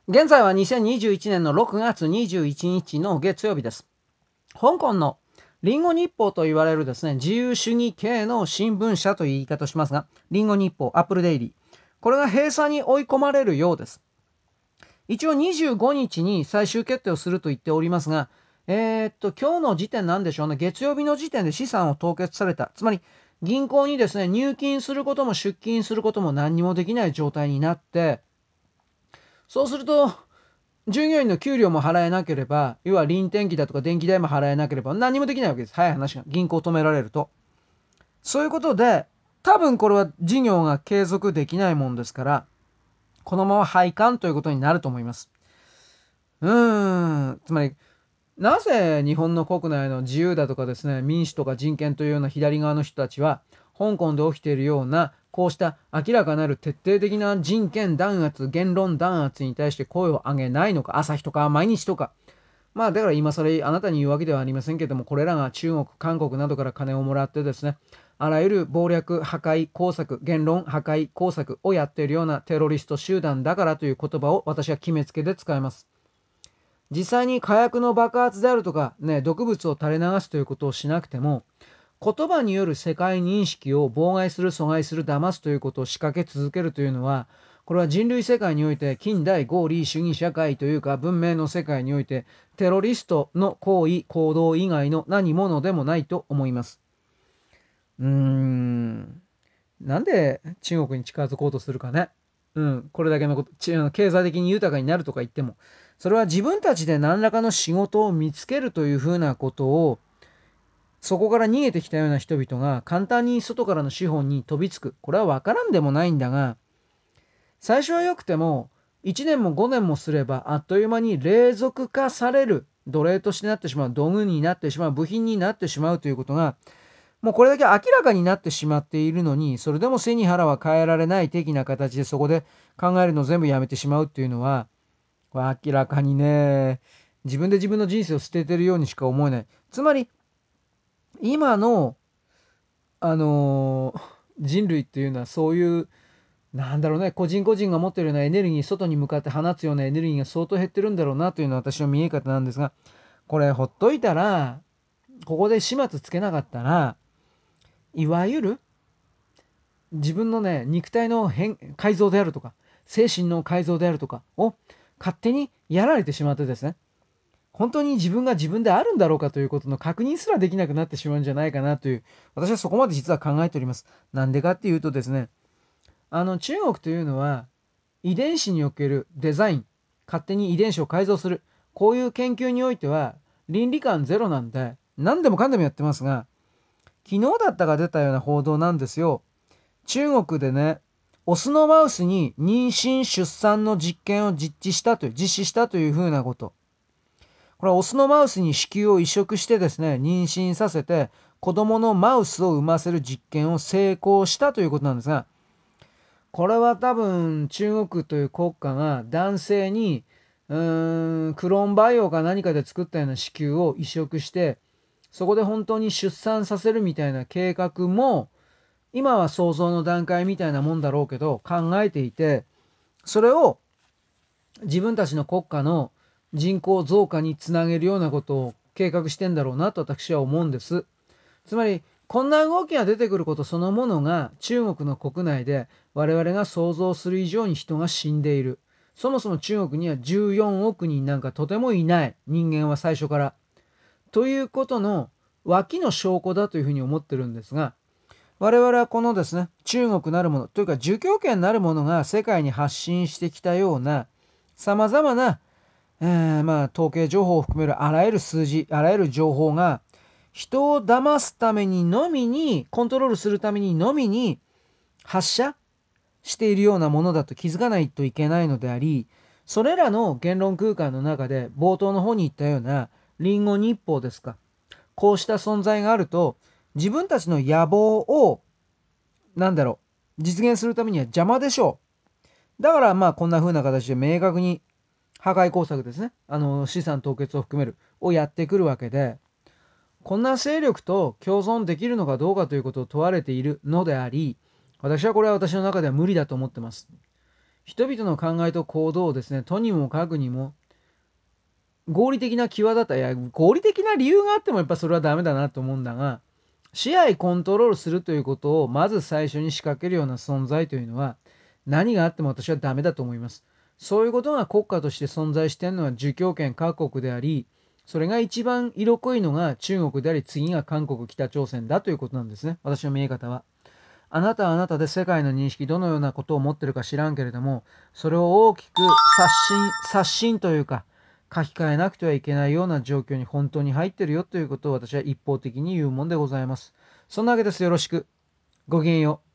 現在は2021年の6月21日の月曜日です。香港のリンゴ日報と言われるですね、自由主義系の新聞社という言い方をしますが、リンゴ日報、アップルデイリー。これが閉鎖に追い込まれるようです。一応25日に最終決定をすると言っておりますが、今日の時点なんでしょうね。月曜日の時点で資産を凍結された。つまり、銀行にですね、入金することも出金することも何にもできない状態になって、そうすると、従業員の給料も払えなければ、要は臨転機だとか電気代も払えなければ何もできないわけです。早い話が。銀行を止められると。そういうことで、多分これは事業が継続できないもんですから、このまま廃刊ということになると思います。つまり、なぜ日本の国内の自由だとかですね、民主とか人権というような左側の人たちは、香港で起きているような、こうした明らかなる徹底的な人権弾圧、言論弾圧に対して声を上げないのか、朝日とか毎日とか。まあだから今更あなたに言うわけではありませんけども、これらが中国、韓国などから金をもらってですね、あらゆる謀略、破壊、工作、言論、破壊、工作をやっているようなテロリスト集団だからという言葉を私は決めつけで使います。実際に火薬の爆発であるとか、ね、毒物を垂れ流すということをしなくても、言葉による世界認識を妨害する、阻害する、騙すということを仕掛け続けるというのは、これは人類世界において近代合理主義社会というか文明の世界においてテロリストの行為、行動以外の何者でもないと思います。なんで中国に近づこうとするかね。これだけのこと、経済的に豊かになるとか言っても、それは自分たちで何らかの仕事を見つけるというふうなことを、そこから逃げてきたような人々が簡単に外からの資本に飛びつく。これは分からんでもないんだが、最初は良くても、1年も5年もすれば、あっという間に隷属化される、奴隷としてなってしまう、道具になってしまう、部品になってしまうということが、もうこれだけ明らかになってしまっているのに、それでも背に腹は変えられない的な形でそこで考えるのを全部やめてしまうっていうのは、明らかにね、自分で自分の人生を捨ててるようにしか思えない。つまり、今の、人類っていうのはそういう、なんだろうね、個人個人が持っているようなエネルギー、外に向かって放つようなエネルギーが相当減ってるんだろうなというのは私の見え方なんですが、これほっといたら、ここで始末つけなかったら、いわゆる自分のね、肉体の改造であるとか、精神の改造であるとかを勝手にやられてしまってですね、本当に自分が自分であるんだろうかということの確認すらできなくなってしまうんじゃないかなという、私はそこまで実は考えております。なんでかっていうとですね、中国というのは遺伝子におけるデザイン、勝手に遺伝子を改造する、こういう研究においては倫理観ゼロなんで、何でもかんでもやってますが、昨日だったか出たような報道なんですよ。中国でね、オスのマウスに妊娠出産の実験を実施したというふうなこと。これはオスのマウスに子宮を移植してですね、妊娠させて、子供のマウスを産ませる実験を成功したということなんですが、これは多分中国という国家が男性に、クローンバイオか何かで作ったような子宮を移植して、そこで本当に出産させるみたいな計画も、今は想像の段階みたいなもんだろうけど考えていて、それを自分たちの国家の人口増加につなげるようなことを計画してんだろうなと私は思うんです。つまり、こんな動きが出てくることそのものが中国の国内で我々が想像する以上に人が死んでいる。そもそも中国には14億人なんかとてもいない人間は最初から。ということの脇の証拠だというふうに思ってるんですが、我々はこのですね、中国なるもの、というか儒教圏なるものが世界に発信してきたような、様々な、統計情報を含めるあらゆる数字、あらゆる情報が、人を騙すためにのみに、コントロールするためにのみに発射しているようなものだと気づかないといけないのであり、それらの言論空間の中で冒頭の方に言ったようなリンゴ日報ですか。こうした存在があると、自分たちの野望を実現するためには邪魔でしょう。だからまあこんな風な形で明確に破壊工作ですね。資産凍結を含めるをやってくるわけで、こんな勢力と共存できるのかどうかということを問われているのであり、私はこれは私の中では無理だと思ってます。 人々の考えと行動をですね、とにもかくにも合理的な際立った、いや、合理的な理由があってもやっぱそれはダメだなと思うんだが、支配コントロールするということをまず最初に仕掛けるような存在というのは、何があっても私はダメだと思います。そういうことが国家として存在しているのは儒教圏各国であり、それが一番色濃いのが中国であり、次が韓国、北朝鮮だということなんですね。私の見え方は。あなたはあなたで世界の認識、どのようなことを持ってるか知らんけれども、それを大きく刷新というか、書き換えなくてはいけないような状況に本当に入ってるよということを私は一方的に言うもんでございます。そんなわけです。よろしく。ごきげんよう。